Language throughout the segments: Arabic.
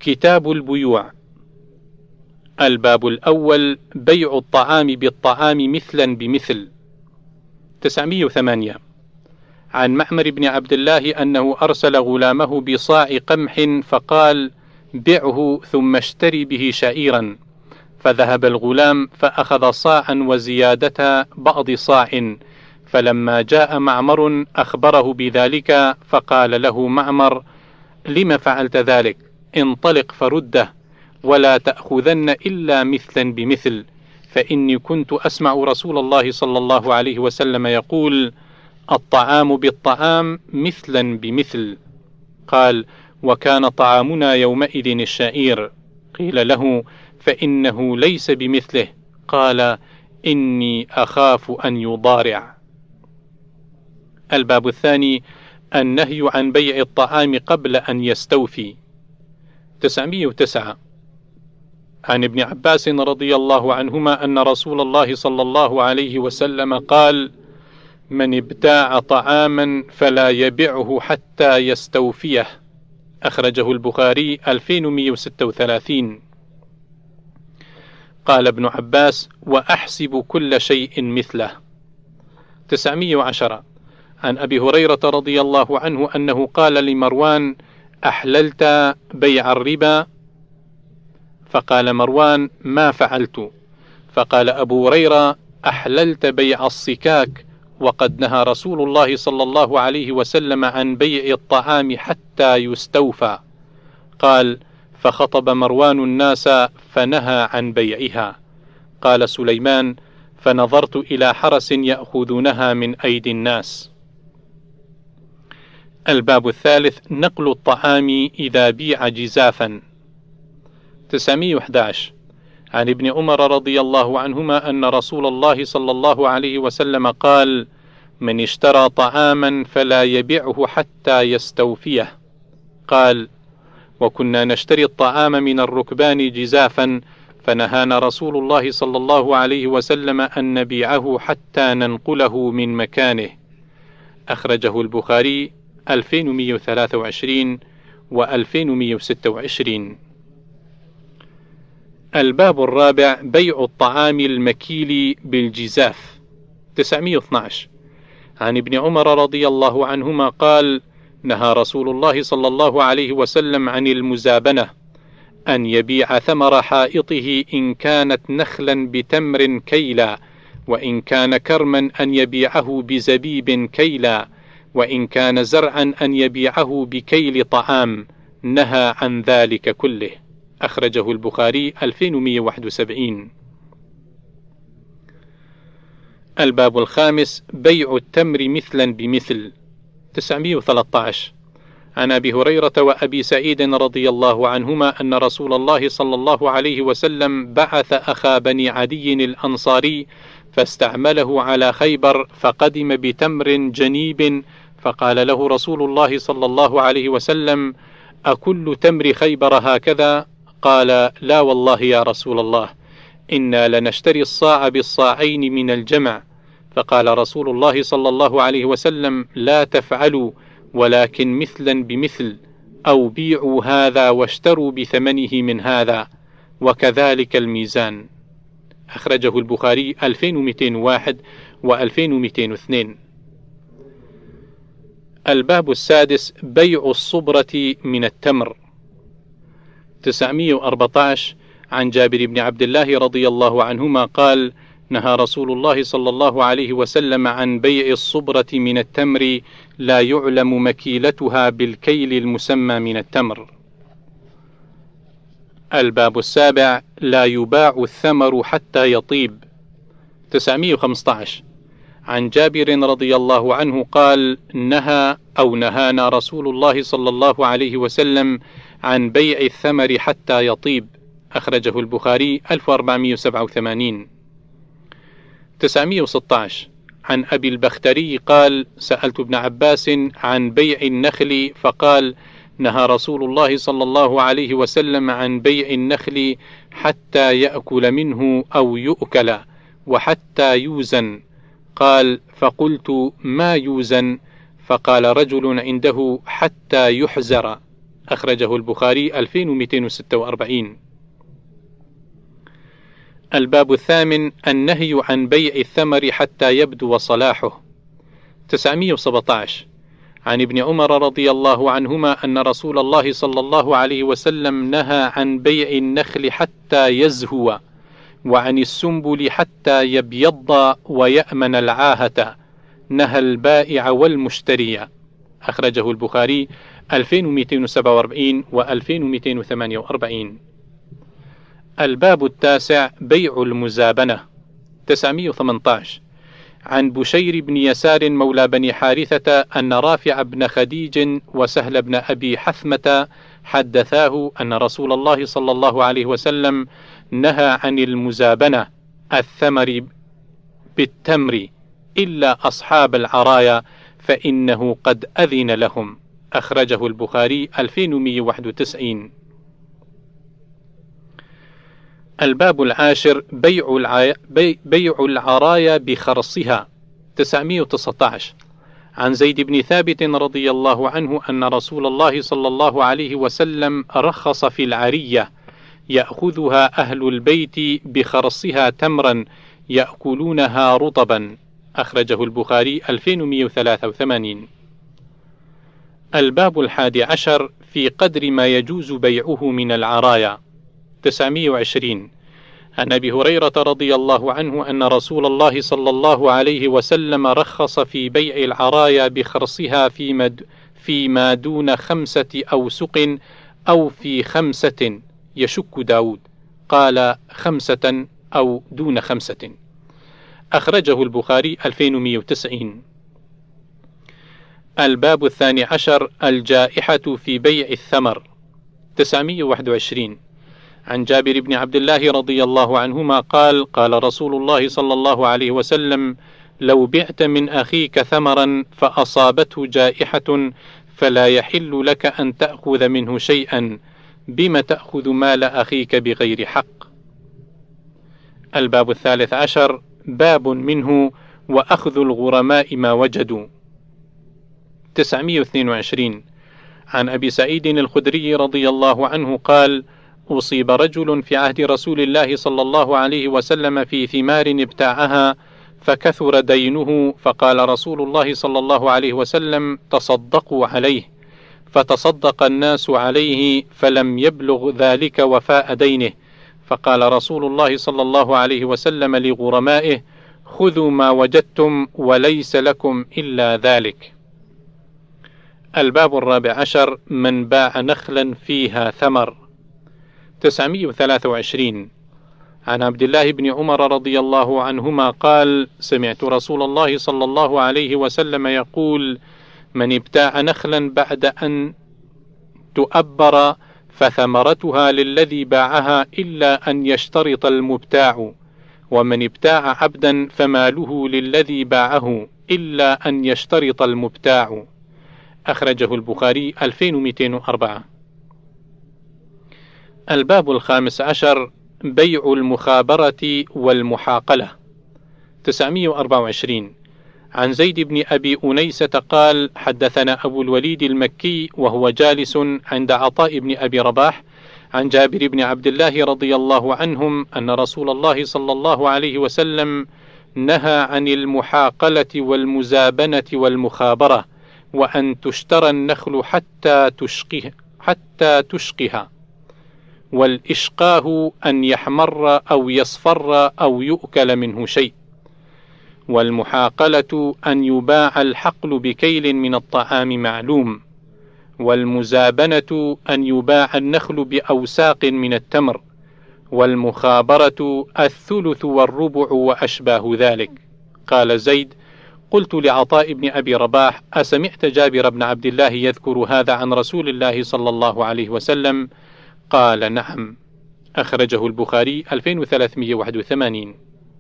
كتاب البيوع. الباب الأول: بيع الطعام بالطعام مثلا بمثل. 908. عن معمر بن عبد الله أنه أرسل غلامه بصاع قمح فقال: بعه ثم اشتري به شعيرا. فذهب الغلام فأخذ صاعا وزيادة بعض صاع، فلما جاء معمر أخبره بذلك فقال له معمر: لم فعلت ذلك؟ انطلق فرده، ولا تأخذن إلا مثلا بمثل، فإني كنت أسمع رسول الله صلى الله عليه وسلم يقول: الطعام بالطعام مثلا بمثل. قال: وكان طعامنا يومئذ الشعير. قيل له: فإنه ليس بمثله. قال: إني أخاف أن يضارع. الباب الثاني: النهي عن بيع الطعام قبل أن يستوفي. 909. عن ابن عباس رضي الله عنهما أن رسول الله صلى الله عليه وسلم قال: من ابتاع طعاما فلا يبيعه حتى يستوفيه. أخرجه البخاري 2136. قال ابن عباس: وأحسب كل شيء مثله. 910. عن أبي هريرة رضي الله عنه أنه قال لمروان: أحللت بيع الربا؟ فقال مروان: ما فعلت. فقال أبو هريرة: أحللت بيع الصكاك، وقد نهى رسول الله صلى الله عليه وسلم عن بيع الطعام حتى يستوفى. قال: فخطب مروان الناس فنهى عن بيعها. قال سليمان: فنظرت إلى حرس يأخذونها من أيدي الناس. الباب الثالث: نقل الطعام إذا بيع جزافا. 911. عن ابن عمر رضي الله عنهما أن رسول الله صلى الله عليه وسلم قال: من اشترى طعاما فلا يبيعه حتى يستوفيه. قال: وكنا نشتري الطعام من الركبان جزافا، فنهانا رسول الله صلى الله عليه وسلم أن نبيعه حتى ننقله من مكانه. أخرجه البخاري 2123 و2126. الباب الرابع: بيع الطعام المكيل بالجزاف. 912. عن ابن عمر رضي الله عنهما قال: نهى رسول الله صلى الله عليه وسلم عن المزابنة، أن يبيع ثمر حائطه إن كانت نخلا بتمر كيلا، وإن كان كرما أن يبيعه بزبيب كيلا، وإن كان زرعا أن يبيعه بكيل طعام. نهى عن ذلك كله. أخرجه البخاري 2171. الباب الخامس: بيع التمر مثلا بمثل. 913. عن أبي هريرة وأبي سعيد رضي الله عنهما أن رسول الله صلى الله عليه وسلم بعث أخا بني عدي الأنصاري فاستعمله على خيبر، فقدم بتمر جنيب، فقال له رسول الله صلى الله عليه وسلم: أكل تمر خيبر هكذا؟ قال: لا والله يا رسول الله، إنا لنشتري الصاع بالصاعين من الجمع. فقال رسول الله صلى الله عليه وسلم: لا تفعلوا، ولكن مثلا بمثل، أو بيعوا هذا واشتروا بثمنه من هذا، وكذلك الميزان. أخرجه البخاري 2201 و2202. الباب السادس: بيع الصبرة من التمر. 914. عن جابر بن عبد الله رضي الله عنهما قال: نهى رسول الله صلى الله عليه وسلم عن بيع الصبرة من التمر، لا يعلم مكيلتها بالكيل المسمى من التمر. الباب السابع: لا يباع الثمر حتى يطيب. 915. عن جابر رضي الله عنه قال: نهانا رسول الله صلى الله عليه وسلم عن بيع الثمر حتى يطيب. أخرجه البخاري 1487. 916. عن أبي البختري قال: سألت ابن عباس عن بيع النخل، فقال: نهى رسول الله صلى الله عليه وسلم عن بيع النخل حتى يأكل منه أو يؤكل، وحتى يوزن. قال: فقلت: ما يوزن؟ فقال رجل عنده: حتى يحزر. أخرجه البخاري 2246. الباب الثامن النهي عن بيع الثمر حتى يبدو صلاحه. 917 عن ابن عمر رضي الله عنهما أن رسول الله صلى الله عليه وسلم نهى عن بيع النخل حتى يزهو، وعن السنبل حتى يبيض ويأمن العاهة، نهى البائع والمشتري. أخرجه البخاري 2247 و 2248. الباب التاسع بيع المزابنة. 918 عن بشير بن يسار مولى بني حارثة أن رافع بن خديج وسهل بن أبي حثمة حدثاه أن رسول الله صلى الله عليه وسلم نهى عن المزابنة الثمر بالتمر إلا أصحاب العرايا فإنه قد أذن لهم. أخرجه البخاري 2191. الباب العاشر بيع العرايا بخرصها. 919 عن زيد بن ثابت رضي الله عنه أن رسول الله صلى الله عليه وسلم رخص في العرية يأخذها أهل البيت بخرصها تمرا يأكلونها رطبا. أخرجه البخاري 2183. الباب 11 في قدر ما يجوز بيعه من العرايا. 920 عن أبي هريرة رضي الله عنه أن رسول الله صلى الله عليه وسلم رخص في بيع العرايا بخرصها فيما دون 5 أوسق أو في 5 يشك داود، قال 5 أو دون 5. أخرجه البخاري 2190. الباب 12 الجائحة في بيع الثمر. 921 عن جابر بن عبد الله رضي الله عنهما قال قال رسول الله صلى الله عليه وسلم لو بعت من أخيك ثمرا فأصابته جائحة فلا يحل لك أن تأخذ منه شيئا، بما تأخذ مال أخيك بغير حق. الباب 13 باب منه وأخذ الغرماء ما وجدوا. 922 عن أبي سعيد الخدري رضي الله عنه قال أصيب رجل في عهد رسول الله صلى الله عليه وسلم في ثمار ابتاعها فكثر دينه، فقال رسول الله صلى الله عليه وسلم تصدقوا عليه، فتصدق الناس عليه فلم يبلغ ذلك وفاء دينه، فقال رسول الله صلى الله عليه وسلم لغرمائه خذوا ما وجدتم وليس لكم إلا ذلك. الباب 14 من باع نخلا فيها ثمر. 923 عن عبد الله بن عمر رضي الله عنهما قال سمعت رسول الله صلى الله عليه وسلم يقول من ابتاع نخلا بعد أن تؤبر فثمرتها للذي باعها إلا أن يشترط المبتاع، ومن ابتاع عبدا فماله للذي باعه إلا أن يشترط المبتاع. أخرجه البخاري 2204. الباب 15 بيع المخابرة والمحاقلة. 924 عن زيد بن أبي أنيسة قال حدثنا أبو الوليد المكي وهو جالس عند عطاء بن أبي رباح عن جابر بن عبد الله رضي الله عنهم أن رسول الله صلى الله عليه وسلم نهى عن المحاقلة والمزابنة والمخابرة، وأن تشترى النخل حتى تشقها، والإشقاه أن يحمر أو يصفر أو يؤكل منه شيء، والمحاقلة أن يباع الحقل بكيل من الطعام معلوم، والمزابنة أن يباع النخل بأوساق من التمر، والمخابرة الثلث والربع وأشباه ذلك. قال زيد قلت لعطاء بن أبي رباح أسمعت جابر بن عبد الله يذكر هذا عن رسول الله صلى الله عليه وسلم؟ قال نعم. أخرجه البخاري 2381.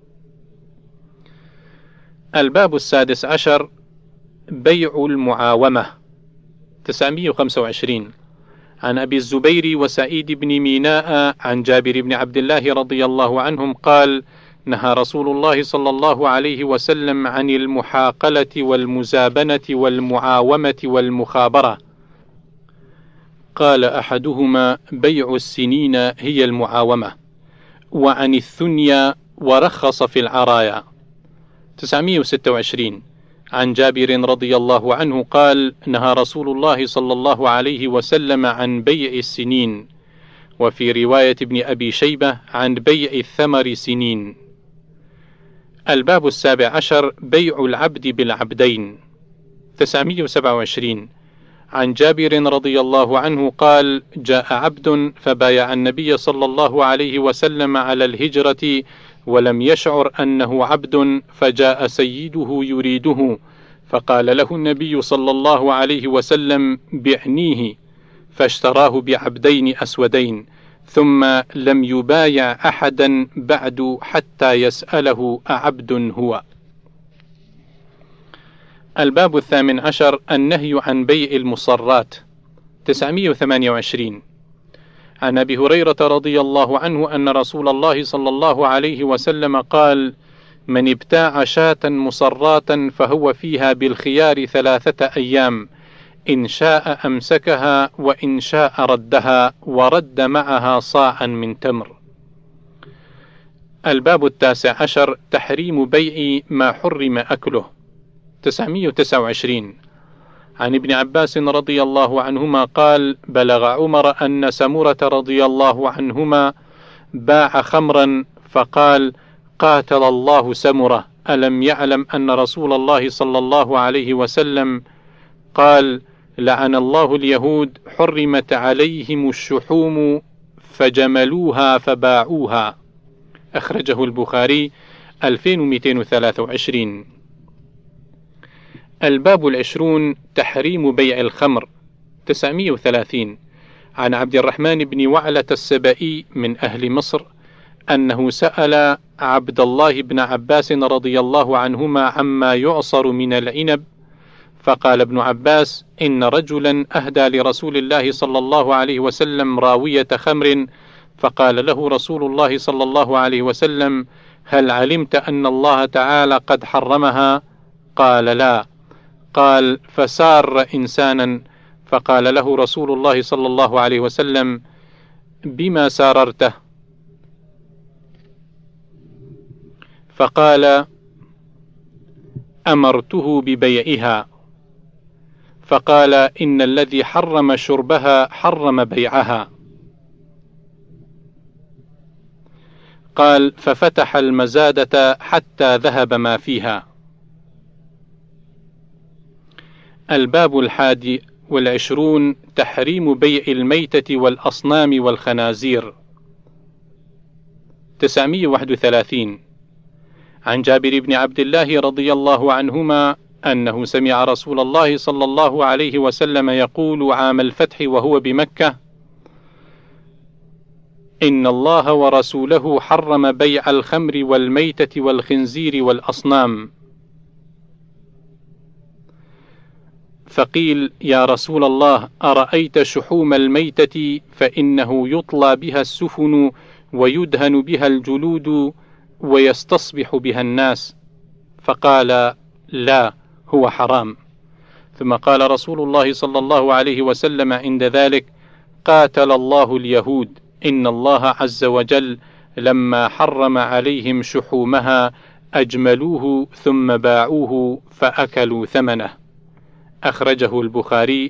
الباب 16 بيع المعاومة. 925 عن أبي الزبير وسعيد بن ميناء عن جابر بن عبد الله رضي الله عنهم قال نهى رسول الله صلى الله عليه وسلم عن المحاقلة والمزابنة والمعاومة والمخابرة. قال أحدهما: بيع السنين هي المعاومة، وعن الثنيا ورخص في العرايا. 926 عن جابر رضي الله عنه قال: نهى رسول الله صلى الله عليه وسلم عن بيع السنين، وفي رواية ابن أبي شيبة عن بيع الثمر سنين. الباب 17 بيع العبد بالعبدين. 927 عن جابر رضي الله عنه قال: جاء عبد فبايع النبي صلى الله عليه وسلم على الهجرة ولم يشعر أنه عبد، فجاء سيده يريده، فقال له النبي صلى الله عليه وسلم: بعنيه، فاشتراه بعبدين أسودين، ثم لم يبايع أحدا بعد حتى يسأله أعبد هو. الباب 18 النهي عن بيع المصرات. 928 عن أبي هريرة رضي الله عنه أن رسول الله صلى الله عليه وسلم قال: من ابتاع شاة مصراة فهو فيها بالخيار 3 أيام، إن شاء أمسكها وإن شاء ردها، ورد معها صاعا من تمر. الباب 19 تحريم بيع ما حرم أكله. 929 عن ابن عباس رضي الله عنهما قال: بلغ عمر أن سمرة رضي الله عنهما باع خمرا، فقال: قاتل الله سمرة، ألم يعلم أن رسول الله صلى الله عليه وسلم قال: لعن الله اليهود، حرمت عليهم الشحوم فجملوها فباعوها. أخرجه البخاري 2223. الباب 20 تحريم بيع الخمر. 930 عن عبد الرحمن بن وعلة السبائي من أهل مصر أنه سأل عبد الله بن عباس رضي الله عنهما عما يعصر من العنب، فقال ابن عباس: إن رجلا أهدى لرسول الله صلى الله عليه وسلم راوية خمر، فقال له رسول الله صلى الله عليه وسلم: هل علمت أن الله تعالى قد حرمها؟ قال: لا. قال: فسار إنسانا، فقال له رسول الله صلى الله عليه وسلم: بما ساررته؟ فقال: أمرته ببيعها. فقال: إن الذي حرم شربها حرم بيعها. قال: ففتح المزادة حتى ذهب ما فيها. الباب 21 تحريم بيع الميتة والأصنام والخنازير. 931 عن جابر بن عبد الله رضي الله عنهما أنه سمع رسول الله صلى الله عليه وسلم يقول عام الفتح وهو بمكة: إن الله ورسوله حرم بيع الخمر والميتة والخنزير والأصنام. فقيل: يا رسول الله، أرأيت شحوم الميتة فإنه يطلى بها السفن ويدهن بها الجلود ويستصبح بها الناس. فقال: لا، هو حرام. ثم قال رسول الله صلى الله عليه وسلم عند ذلك: قاتل الله اليهود، إن الله عز وجل لما حرم عليهم شحومها أجملوه ثم باعوه فأكلوا ثمنه. أخرجه البخاري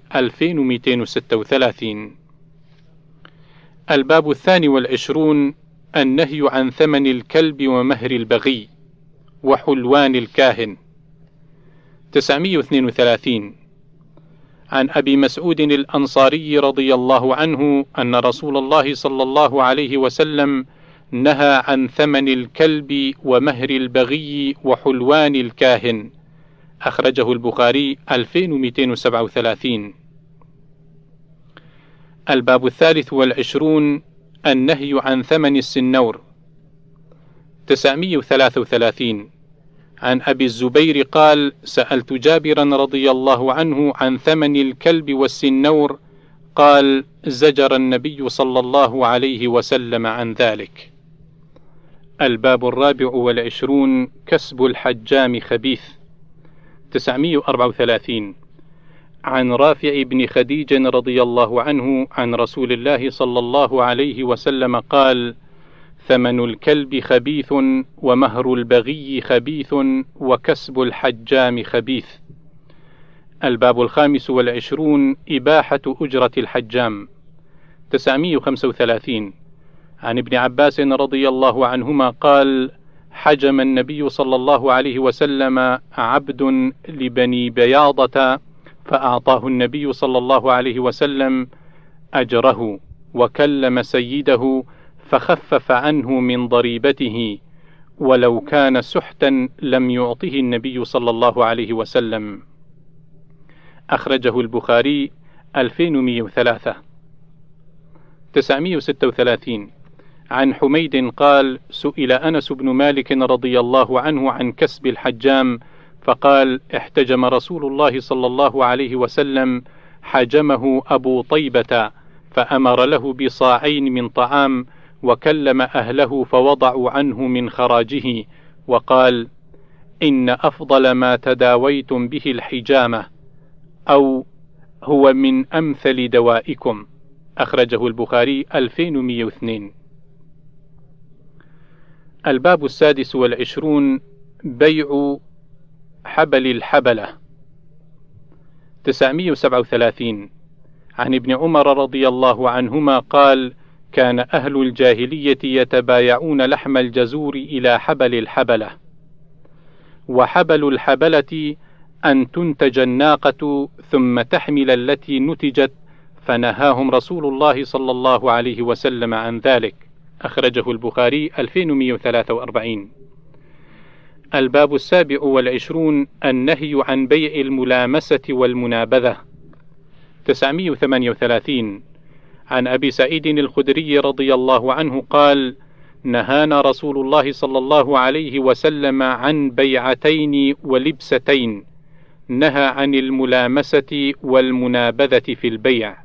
2236. الباب 22 النهي عن ثمن الكلب ومهر البغي وحلوان الكاهن. 932 عن أبي مسعود الأنصاري رضي الله عنه أن رسول الله صلى الله عليه وسلم نهى عن ثمن الكلب ومهر البغي وحلوان الكاهن. أخرجه البخاري 2237. الباب 23 النهي عن ثمن السنور. 933 عن أبي الزبير قال: سألت جابرا رضي الله عنه عن ثمن الكلب والسنور، قال: زجر النبي صلى الله عليه وسلم عن ذلك. الباب 24 كسب الحجام خبيث. 934 عن رافع بن خديج رضي الله عنه عن رسول الله صلى الله عليه وسلم قال: ثمن الكلب خبيث، ومهر البغي خبيث، وكسب الحجام خبيث. الباب 25 إباحة أجرة الحجام. 935 عن ابن عباس رضي الله عنهما قال: حجم النبي صلى الله عليه وسلم عبد لبني بياضة، فأعطاه النبي صلى الله عليه وسلم أجره، وكلم سيده فخفف عنه من ضريبته، ولو كان سحتا لم يعطه النبي صلى الله عليه وسلم. أخرجه البخاري 2103. 936 عن حميد قال: سئل أنس بن مالك رضي الله عنه عن كسب الحجام، فقال: احتجم رسول الله صلى الله عليه وسلم، حجمه أبو طيبة، فأمر له بصاعين من طعام، وكلم أهله فوضعوا عنه من خراجه، وقال: إن أفضل ما تداويتم به الحجامة، أو هو من أمثل دوائكم. أخرجه البخاري 2102. الباب 26 بيع حبل الحبلة. 937 عن ابن عمر رضي الله عنهما قال: كان أهل الجاهلية يتبايعون لحم الجزور إلى حبل الحبلة. وحبل الحبلة أن تنتج الناقة ثم تحمل التي نتجت، فنهاهم رسول الله صلى الله عليه وسلم عن ذلك. أخرجه البخاري 2143. الباب 27 النهي عن بيع الملامسة والمنابذة. 938 عن أبي سعيد الخدري رضي الله عنه قال: نهانا رسول الله صلى الله عليه وسلم عن بيعتين ولبستين، نهى عن الملامسة والمنابذة في البيع.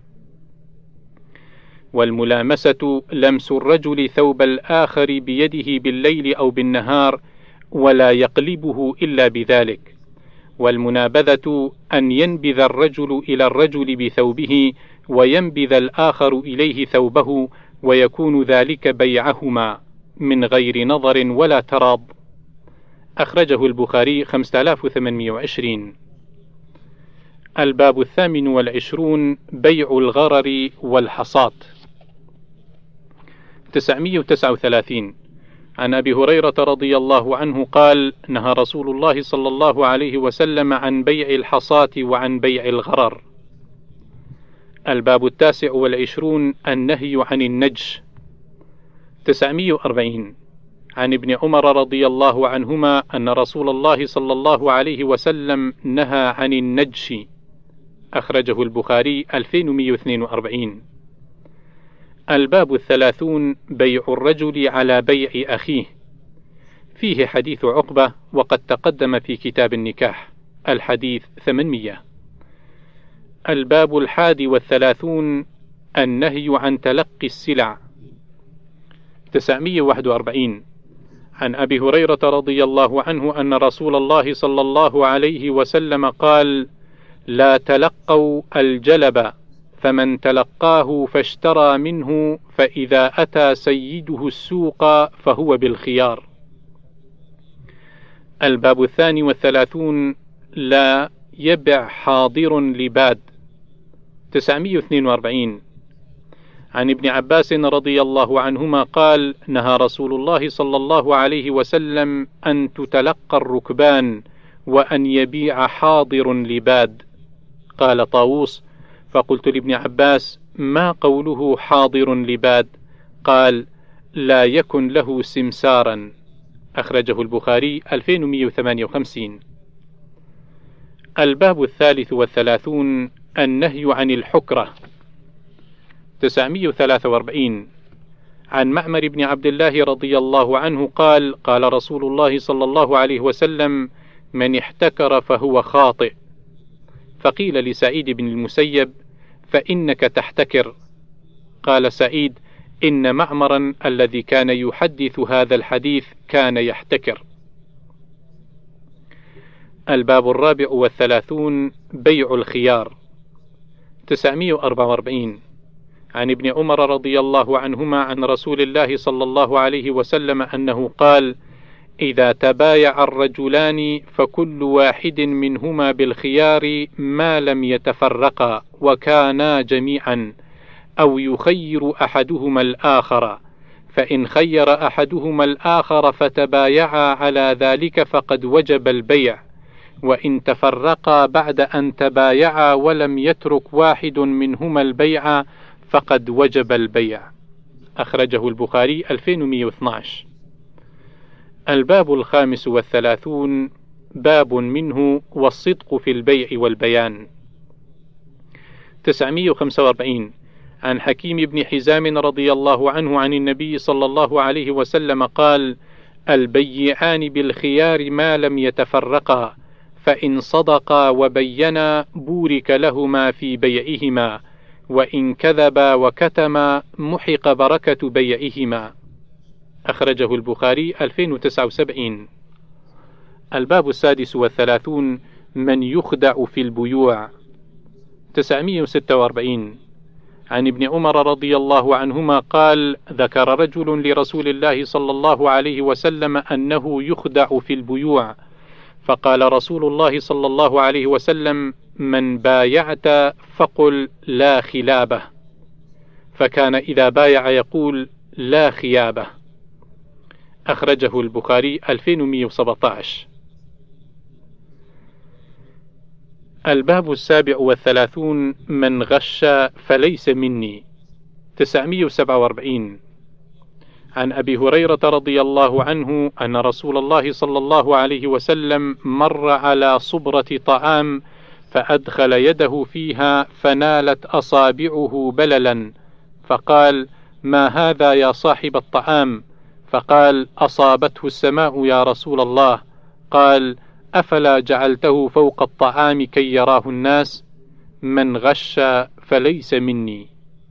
والملامسة لمس الرجل ثوب الآخر بيده بالليل أو بالنهار، ولا يقلبه إلا بذلك. والمنابذة أن ينبذ الرجل إلى الرجل بثوبه، وينبذ الآخر إليه ثوبه، ويكون ذلك بيعهما من غير نظر ولا تراض. أخرجه البخاري 5820. الباب 28 بيع الغرر والحصات. 939 عن أبي هريرة رضي الله عنه قال: نهى رسول الله صلى الله عليه وسلم عن بيع الحصاة وعن بيع الغرر. الباب 29 النهي عن النجش. 940 عن ابن عمر رضي الله عنهما أن رسول الله صلى الله عليه وسلم نهى عن النجش. أخرجه البخاري 2142. الباب 30 بيع الرجل على بيع أخيه. فيه حديث عقبة، وقد تقدم في كتاب النكاح، الحديث 800. الباب 31 النهي عن تلقي السلع. 941 عن أبي هريرة رضي الله عنه أن رسول الله صلى الله عليه وسلم قال: لا تلقوا الجلب، فمن تلقاه فاشترى منه، فإذا أتى سيده السوق فهو بالخيار. الباب 32 لا يبع حاضر لباد. 942 عن ابن عباس رضي الله عنهما قال: نهى رسول الله صلى الله عليه وسلم أن تتلقى الركبان، وأن يبيع حاضر لباد. قال طاووس: فقلت لابن عباس: ما قوله حاضر لباد؟ قال: لا يكن له سمسارا. أخرجه البخاري 2158. الباب 33 النهي عن الحكرة. 943 عن معمر بن عبد الله رضي الله عنه قال: قال رسول الله صلى الله عليه وسلم: من احتكر فهو خاطئ. فقيل لسعيد بن المسيب: فإنك تحتكر. قال سعيد: إن معمرا الذي كان يحدث هذا الحديث كان يحتكر. الباب 34 بيع الخيار. 944 عن ابن عمر رضي الله عنهما عن رسول الله صلى الله عليه وسلم أنه قال: إذا تبايع الرجلان فكل واحد منهما بالخيار ما لم يتفرقا وكانا جميعا، أو يخير أحدهما الآخر، فإن خير أحدهما الآخر فتبايعا على ذلك فقد وجب البيع، وإن تفرقا بعد أن تبايعا ولم يترك واحد منهما البيع فقد وجب البيع. أخرجه البخاري 2112. الباب 35 باب منه والصدق في البيع والبيان. 945 عن حكيم بن حزام رضي الله عنه عن النبي صلى الله عليه وسلم قال: البيعان بالخيار ما لم يتفرقا، فإن صدقا وبينا بورك لهما في بيعهما، وإن كذبا وكتما محق بركة بيعهما. أخرجه البخاري 2079. الباب 36 من يخدع في البيوع. 946 عن ابن عمر رضي الله عنهما قال: ذكر رجل لرسول الله صلى الله عليه وسلم أنه يخدع في البيوع، فقال رسول الله صلى الله عليه وسلم: من بايعت فقل لا خلابة، فكان إذا بايع يقول لا خيابة. أخرجه البخاري 2117. الباب 37 من غش فليس مني. 947 عن أبي هريرة رضي الله عنه أن رسول الله صلى الله عليه وسلم مر على صبرة طعام فأدخل يده فيها فنالت أصابعه بللا، فقال: ما هذا يا صاحب الطعام؟ فقال: أصابته السماء يا رسول الله. قال: أفلا جعلته فوق الطعام كي يراه الناس؟ من غش فليس مني.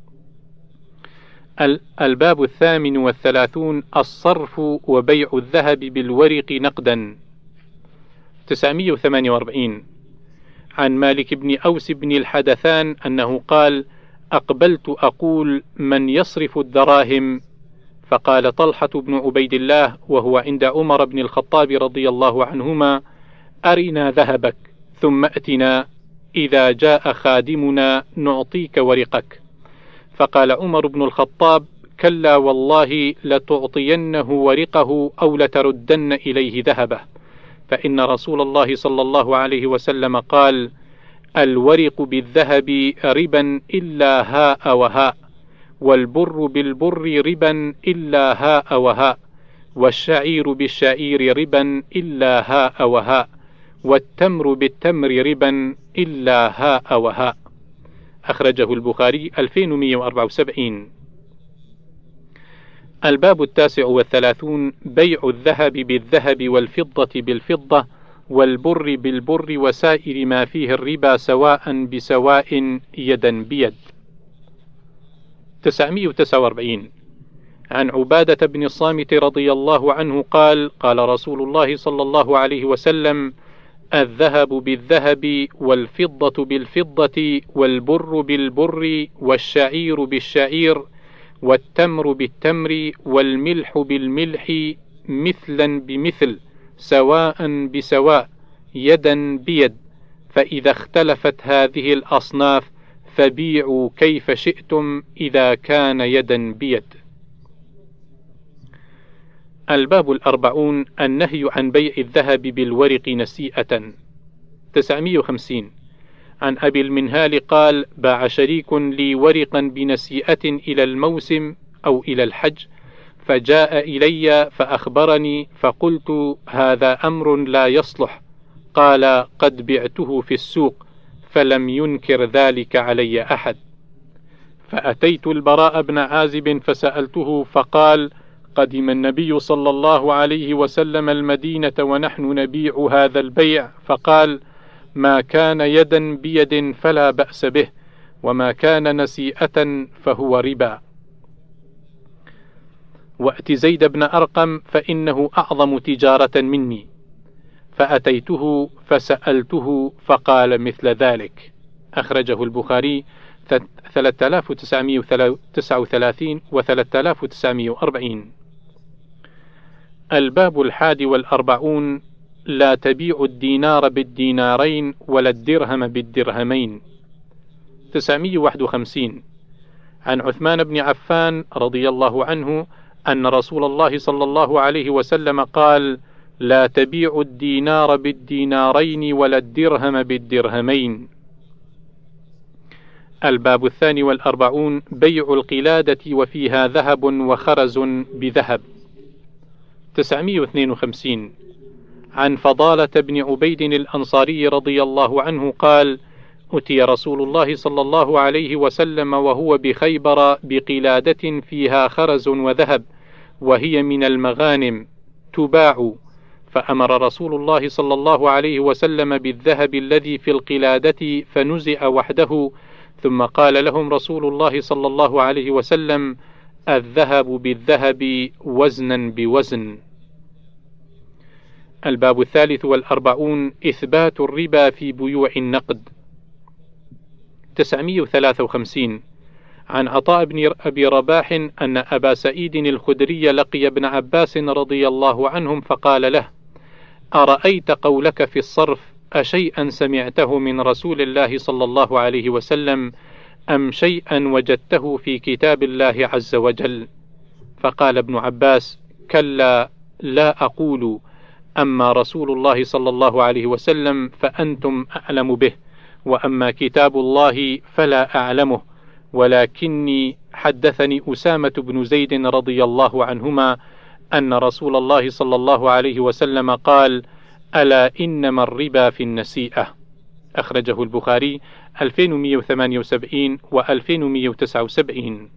الباب 38 الصرف وبيع الذهب بالورق نقدا. 948 عن مالك بن أوس بن الحدثان أنه قال: أقبلت أقول: من يصرف الدراهم؟ فقال طلحة بن عبيد الله وهو عند عمر بن الخطاب رضي الله عنهما: أرنا ذهبك ثم أتنا، إذا جاء خادمنا نعطيك ورقك. فقال عمر بن الخطاب: كلا والله لتعطينه ورقه أو لتردن إليه ذهبه، فإن رسول الله صلى الله عليه وسلم قال: الورق بالذهب ربا إلا هاء وهاء، والبر بالبر ربا إلا هاء وهاء، والشعير بالشعير ربا إلا هاء وهاء، والتمر بالتمر ربا إلا هاء وهاء. أخرجه البخاري 2174. الباب 39 بيع الذهب بالذهب والفضة بالفضة والبر بالبر وسائر ما فيه الربا سواء بسواء يدا بيد. 949 عن عبادة بن الصامت رضي الله عنه قال: قال رسول الله صلى الله عليه وسلم: الذهب بالذهب والفضة بالفضة والبر بالبر والشعير بالشعير والتمر بالتمر والملح بالملح مثلا بمثل سواء بسواء يدا بيد، فإذا اختلفت هذه الأصناف فبيعوا كيف شئتم إذا كان يدا بيد. الباب 40 النهي عن بيع الذهب بالورق نسيئة. 950 عن أبي المنهال قال: باع شريك لي ورقا بنسيئة إلى الموسم أو إلى الحج، فجاء إلي فأخبرني، فقلت: هذا أمر لا يصلح. قال: قد بعته في السوق، فلم ينكر ذلك علي أحد. فأتيت البراء بن عازب فسألته، فقال: قدم النبي صلى الله عليه وسلم المدينة ونحن نبيع هذا البيع، فقال: ما كان يدا بيد فلا بأس به، وما كان نسيئة فهو ربا. وأت زيد بن أرقم فإنه أعظم تجارة مني، فأتيته فسألته فقال مثل ذلك. أخرجه البخاري 3939 و 3940. الباب 41. لا تبيع الدينار بالدينارين ولا الدرهم بالدرهمين. 951. عن عثمان بن عفان رضي الله عنه أن رسول الله صلى الله عليه وسلم قال: لا تبيع الدينار بالدينارين ولا الدرهم بالدرهمين. الباب 42. بيع القلادة وفيها ذهب وخرز بذهب. 952. عن فضالة بن عبيد الأنصاري رضي الله عنه قال: أتي رسول الله صلى الله عليه وسلم وهو بخيبر بقلادة فيها خرز وذهب، وهي من المغانم تباع، فأمر رسول الله صلى الله عليه وسلم بالذهب الذي في القلادة فنزع وحده، ثم قال لهم رسول الله صلى الله عليه وسلم: الذهب بالذهب وزنا بوزن. الباب 43. إثبات الربا في بيوع النقد. 953. عن عطاء بن أبي رباح أن أبا سعيد الخدري لقي ابن عباس رضي الله عنهم فقال له: أرأيت قولك في الصرف أشيئا سمعته من رسول الله صلى الله عليه وسلم أم شيئا وجدته في كتاب الله عز وجل؟ فقال ابن عباس: كلا، لا أقول، أما رسول الله صلى الله عليه وسلم فأنتم أعلم به، وأما كتاب الله فلا أعلمه، ولكني حدثني أسامة بن زيد رضي الله عنهما أن رسول الله صلى الله عليه وسلم قال: ألا إنما الربا في النسيئة. أخرجه البخاري 2178 و 2179.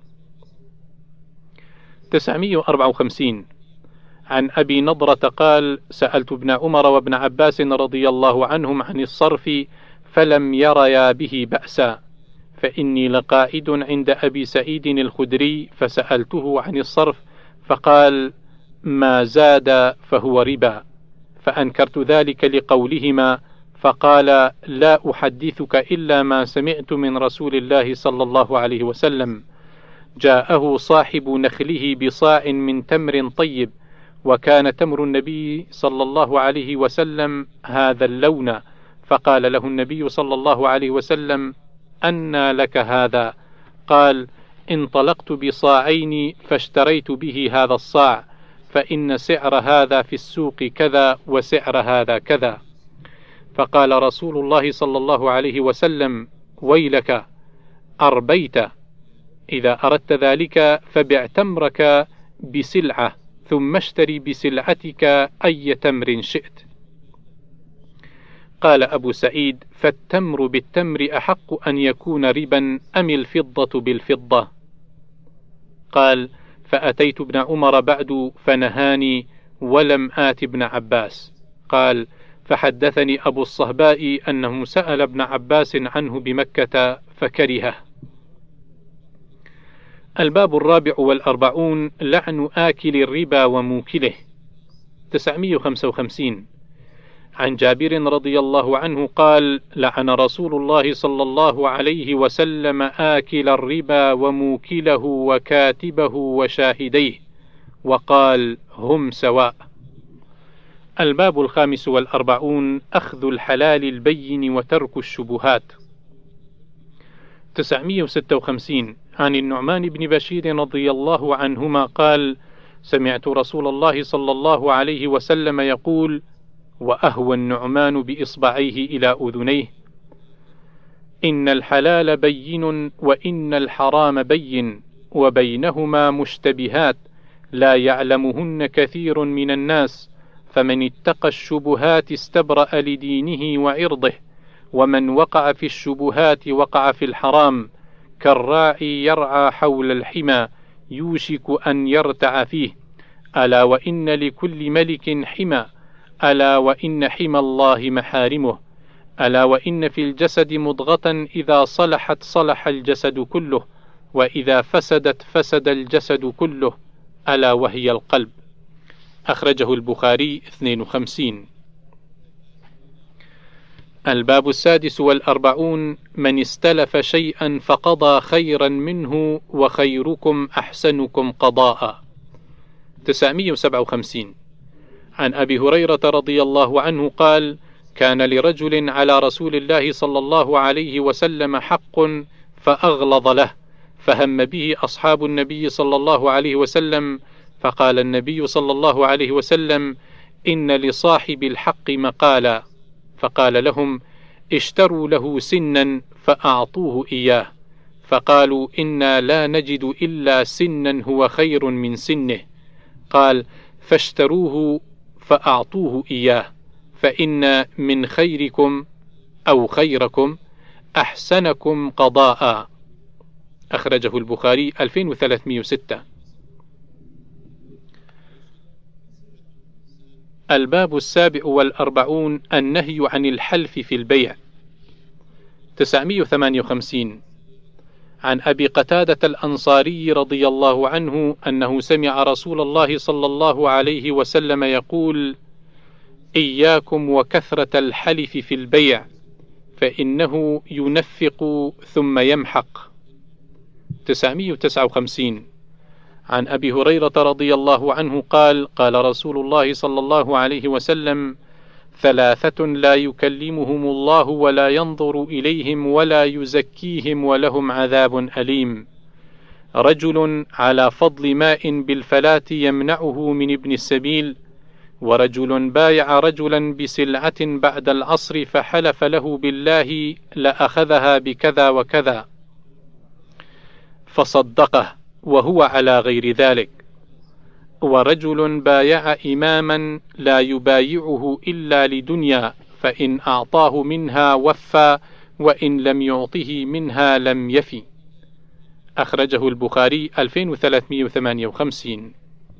954. عن أبي نضرة قال: سألت ابن عمر وابن عباس رضي الله عنهم عن الصرف فلم يريا به بأسا، فإني لقاعد عند أبي سعيد الخدري فسألته عن الصرف فقال: ما زاد فهو ربا، فأنكرت ذلك لقولهما، فقال: لا أحدثك إلا ما سمعت من رسول الله صلى الله عليه وسلم. جاءه صاحب نخله بصاع من تمر طيب، وكان تمر النبي صلى الله عليه وسلم هذا اللون، فقال له النبي صلى الله عليه وسلم: أنى لك هذا؟ قال: انطلقت بصاعين فاشتريت به هذا الصاع، فإن سعر هذا في السوق كذا وسعر هذا كذا. فقال رسول الله صلى الله عليه وسلم: ويلك، أربيت، إذا أردت ذلك فبع تمرك بسلعة ثم اشتري بسلعتك أي تمر شئت. قال أبو سعيد: فالتمر بالتمر أحق أن يكون ربا أم الفضة بالفضة؟ قال: فأتيت ابن عمر بعد فنهاني ولم آت ابن عباس. قال: فحدثني أبو الصهباء أنه سأل ابن عباس عنه بمكة فكرهه. الباب 44. لعن آكل الربا وموكله. 955. عن جابر رضي الله عنه قال: لعن رسول الله صلى الله عليه وسلم آكل الربا وموكله وكاتبه وشاهديه، وقال: هم سواء. الباب 45. أخذ الحلال البين وترك الشبهات. 956. عن النعمان بن بشير رضي الله عنهما قال: سمعت رسول الله صلى الله عليه وسلم يقول، وأهوى النعمان بإصبعيه إلى أذنيه: إن الحلال بين وإن الحرام بين، وبينهما مشتبهات لا يعلمهن كثير من الناس، فمن اتقى الشبهات استبرأ لدينه وعرضه، ومن وقع في الشبهات وقع في الحرام، كالراعي يرعى حول الحمى يوشك أن يرتع فيه، ألا وإن لكل ملك حمى، ألا وإن حمى الله محارمه، ألا وإن في الجسد مضغة إذا صلحت صلح الجسد كله، وإذا فسدت فسد الجسد كله، ألا وهي القلب. أخرجه البخاري 52. الباب 46 من استلف شيئا فقضى خيرا منه وخيركم أحسنكم قضاء. 957 عن أبي هريرة رضي الله عنه قال: كان لرجل على رسول الله صلى الله عليه وسلم حق فأغلظ له، فهم به أصحاب النبي صلى الله عليه وسلم، فقال النبي صلى الله عليه وسلم: إن لصاحب الحق مقالا، فقال لهم: اشتروا له سنا فأعطوه إياه، فقالوا: إنا لا نجد إلا سنا هو خير من سنه، قال: فاشتروه فأعطوه إياه، فإن من خيركم أو خيركم أحسنكم قضاء. أخرجه البخاري 2306. الباب 47 النهي عن الحلف في البيع. 958 عن أبي قتادة الأنصاري رضي الله عنه أنه سمع رسول الله صلى الله عليه وسلم يقول: إياكم وكثرة الحلف في البيع، فإنه ينفق ثم يمحق. 959 عن أبي هريرة رضي الله عنه قال: قال رسول الله صلى الله عليه وسلم: ثلاثة لا يكلمهم الله ولا ينظر إليهم ولا يزكيهم ولهم عذاب أليم: رجل على فضل ماء بالفلاة يمنعه من ابن السبيل، ورجل بايع رجلا بسلعة بعد العصر فحلف له بالله لأخذها بكذا وكذا فصدقه وهو على غير ذلك، ورجل بايع إماما لا يبايعه إلا لدنيا، فإن أعطاه منها وفى، وإن لم يعطه منها لم يفي. أخرجه البخاري 2358.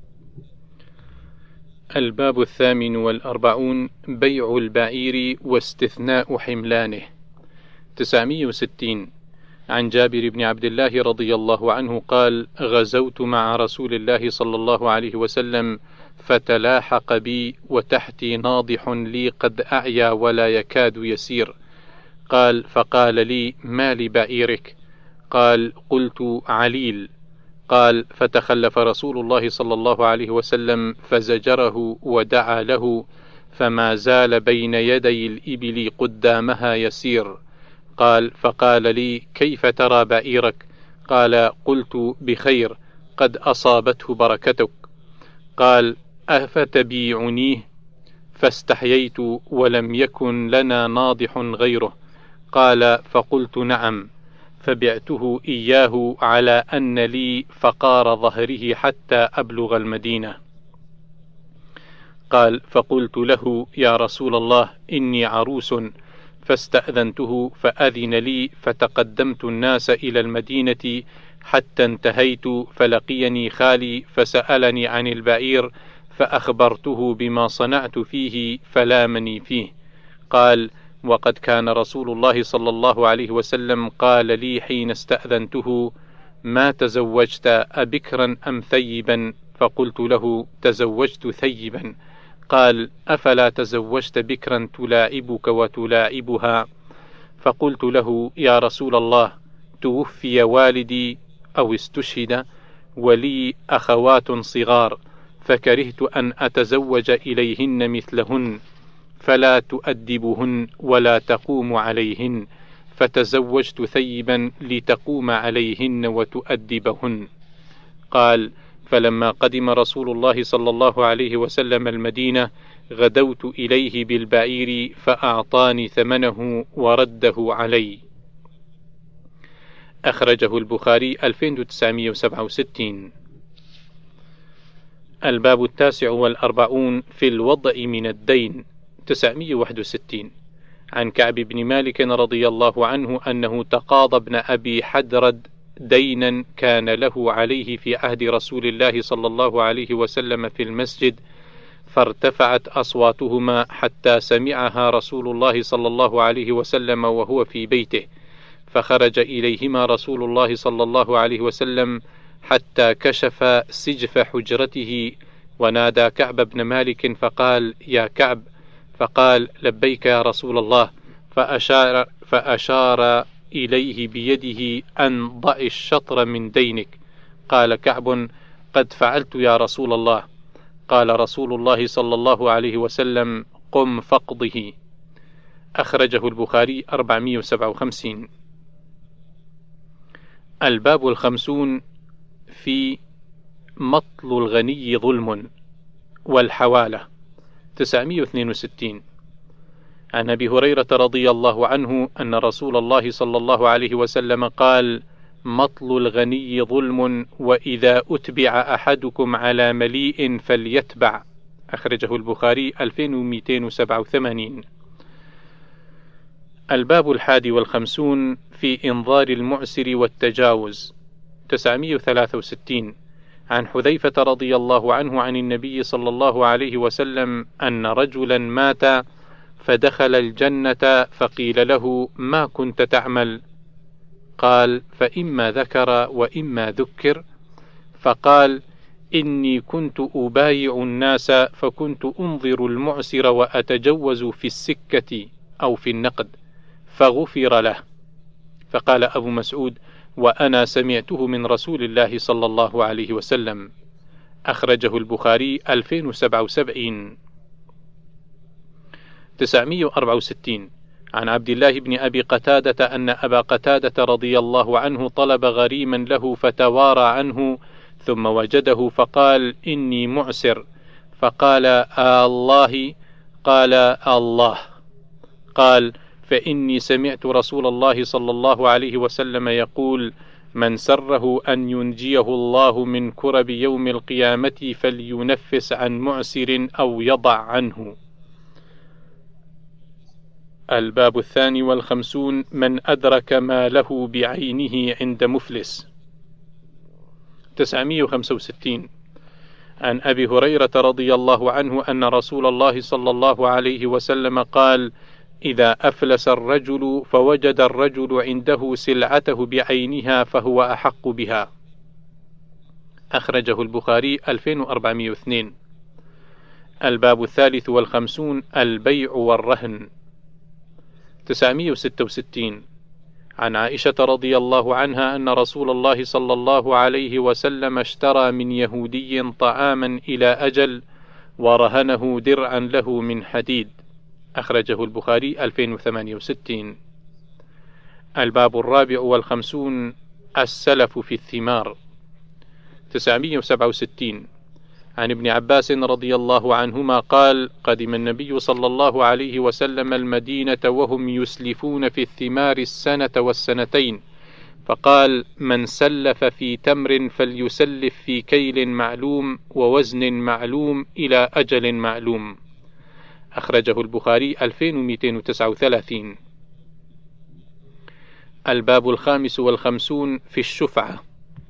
الباب 48 بيع البعير واستثناء حملانه. 960 عن جابر بن عبد الله رضي الله عنه قال: غزوت مع رسول الله صلى الله عليه وسلم، فتلاحق بي وتحتي ناضح لي قد أعيا ولا يكاد يسير. قال: فقال لي: ما لبعيرك؟ قال: قلت: عليل. قال: فتخلف رسول الله صلى الله عليه وسلم فزجره ودعا له، فما زال بين يدي الإبل قدامها يسير. قال: فقال لي: كيف ترى بعيرك؟ قال: قلت: بخير، قد أصابته بركتك. قال: أفتبيعنيه؟ فاستحييت ولم يكن لنا ناضح غيره. قال: فقلت: نعم. فبعته إياه على أن لي فقار ظهره حتى أبلغ المدينة. قال: فقلت له: يا رسول الله، إني عروس، فاستأذنته فأذن لي، فتقدمت الناس إلى المدينة حتى انتهيت، فلقيني خالي فسألني عن البعير، فأخبرته بما صنعت فيه فلامني فيه. قال: وقد كان رسول الله صلى الله عليه وسلم قال لي حين استأذنته: ما تزوجت أبكرا أم ثيبا؟ فقلت له: تزوجت ثيبا. قال: أفلا تزوجت بكرا تلاعبك وتلاعبها؟ فقلت له: يا رسول الله، توفي والدي أو استشهد، ولي أخوات صغار، فكرهت أن أتزوج إليهن مثلهن، فلا تؤدبهن ولا تقوم عليهن، فتزوجت ثيبا لتقوم عليهن وتؤدبهن. قال: فلما قدم رسول الله صلى الله عليه وسلم المدينة، غدوت إليه بالبعير فأعطاني ثمنه ورده علي. أخرجه البخاري 2967. الباب 49 في الوضع من الدين. 961 عن كعب بن مالك رضي الله عنه أنه تقاضى ابن أبي حدرد دينا كان له عليه في عهد رسول الله صلى الله عليه وسلم في المسجد، فارتفعت أصواتهما حتى سمعها رسول الله صلى الله عليه وسلم وهو في بيته، فخرج إليهما رسول الله صلى الله عليه وسلم حتى كشف سجف حجرته، ونادى كعب بن مالك فقال: يا كعب. فقال: لبيك يا رسول الله. فأشار إليه بيده أن ضع الشطر من دينك. قال كعب: قد فعلت يا رسول الله. قال رسول الله صلى الله عليه وسلم: قم فاقضه. أخرجه البخاري 457. الباب 50 في مطل الغني ظلم والحوالة. 962. عن أبي هريرة رضي الله عنه أن رسول الله صلى الله عليه وسلم قال: مطل الغني ظلم، وإذا أتبع أحدكم على مليء فليتبع. أخرجه البخاري 2287. الباب 51 في إنظار المعسر والتجاوز. 963. عن حذيفة رضي الله عنه عن النبي صلى الله عليه وسلم أن رجلا مات فدخل الجنة فقيل له: ما كنت تعمل؟ قال: فإما ذكر وإما ذكر. فقال: إني كنت أبايع الناس فكنت أنظر المعسر وأتجوز في السكة أو في النقد، فغفر له. فقال أبو مسعود: وأنا سمعته من رسول الله صلى الله عليه وسلم. أخرجه البخاري 2077. 964. عن عبد الله بن أبي قتادة أن أبا قتادة رضي الله عنه طلب غريما له فتوارى عنه، ثم وجده فقال: إني معسر. فقال: الله؟ قال: الله. قال: فإني سمعت رسول الله صلى الله عليه وسلم يقول: من سره أن ينجيه الله من كرب يوم القيامة فلينفس عن معسر أو يضع عنه. الباب 52 من أدرك ما له بعينه عند مفلس. 965. عن أبي هريرة رضي الله عنه أن رسول الله صلى الله عليه وسلم قال: إذا أفلس الرجل فوجد الرجل عنده سلعته بعينها فهو أحق بها. أخرجه البخاري 2402. الباب 53 البيع والرهن. 966. عن عائشة رضي الله عنها أن رسول الله صلى الله عليه وسلم اشترى من يهودي طعاما إلى أجل ورهنه درعا له من حديد. أخرجه البخاري 2068. الباب 54 السلف في الثمار. 967. عن ابن عباس رضي الله عنهما قال: قدم النبي صلى الله عليه وسلم المدينة وهم يسلفون في الثمار السنة والسنتين، فقال: من سلف في تمر فليسلف في كيل معلوم ووزن معلوم إلى أجل معلوم. أخرجه البخاري 2239. الباب 55 في الشفعة.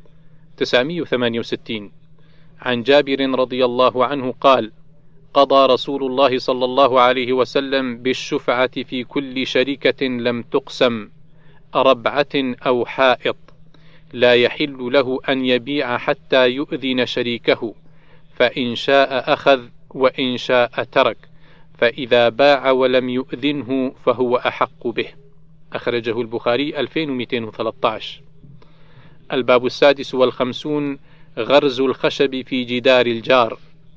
968. عن جابر رضي الله عنه قال: قضى رسول الله صلى الله عليه وسلم بالشفعة في كل شركة لم تقسم، ربعة أو حائط، لا يحل له أن يبيع حتى يؤذن شريكه، فإن شاء أخذ وإن شاء ترك، فإذا باع ولم يؤذنه فهو أحق به. أخرجه البخاري 2213. الباب 56 غرز الخشب في جدار الجار.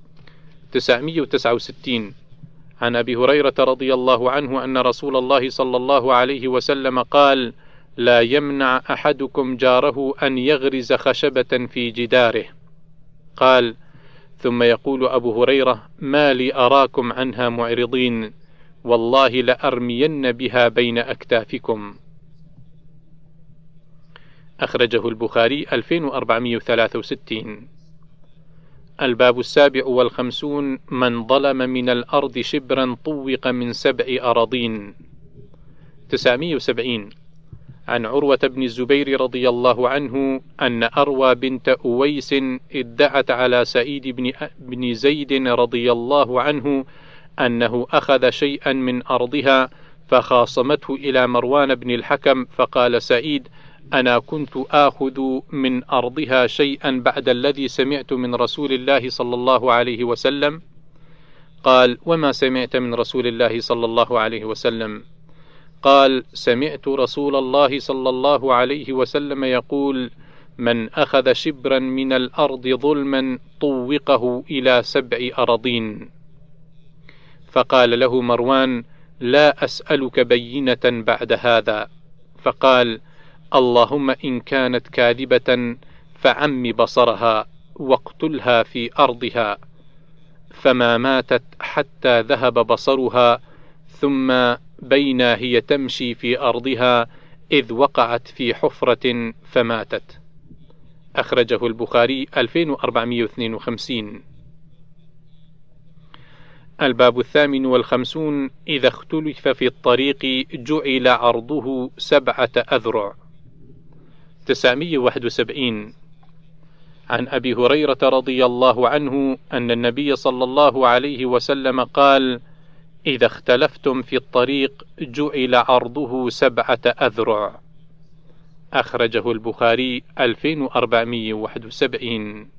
969. عن أبي هريرة رضي الله عنه أن رسول الله صلى الله عليه وسلم قال: لا يمنع أحدكم جاره أن يغرز خشبة في جداره. قال: ثم يقول أبو هريرة: ما لي أراكم عنها معرضين، والله لأرمين بها بين أكتافكم. أخرجه البخاري 2463. الباب 57 من ظلم من الأرض شبرا طوق من 7 أراضين. 970. عن عروة بن الزبير رضي الله عنه أن أروى بنت أويس ادعت على سعيد بن زيد رضي الله عنه أنه أخذ شيئا من أرضها، فخاصمته إلى مروان بن الحكم، فقال سعيد: أنا كنت آخذ من أرضها شيئا بعد الذي سمعت من رسول الله صلى الله عليه وسلم. قال: وما سمعت من رسول الله صلى الله عليه وسلم؟ قال: سمعت رسول الله صلى الله عليه وسلم يقول: من أخذ شبرا من الأرض ظلما طوقه إلى 7 أراضين. فقال له مروان: لا أسألك بينة بعد هذا. فقال: اللهم إن كانت كاذبة فعم بصرها واقتلها في أرضها. فما ماتت حتى ذهب بصرها، ثم بينا هي تمشي في أرضها إذ وقعت في حفرة فماتت. أخرجه البخاري 2452. الباب 58. إذا اختلف في الطريق جعل عرضه 7 أذرع. 971. عن أبي هريرة رضي الله عنه أن النبي صلى الله عليه وسلم قال: إذا اختلفتم في الطريق جعل عرضه 7 أذرع. أخرجه البخاري 2471.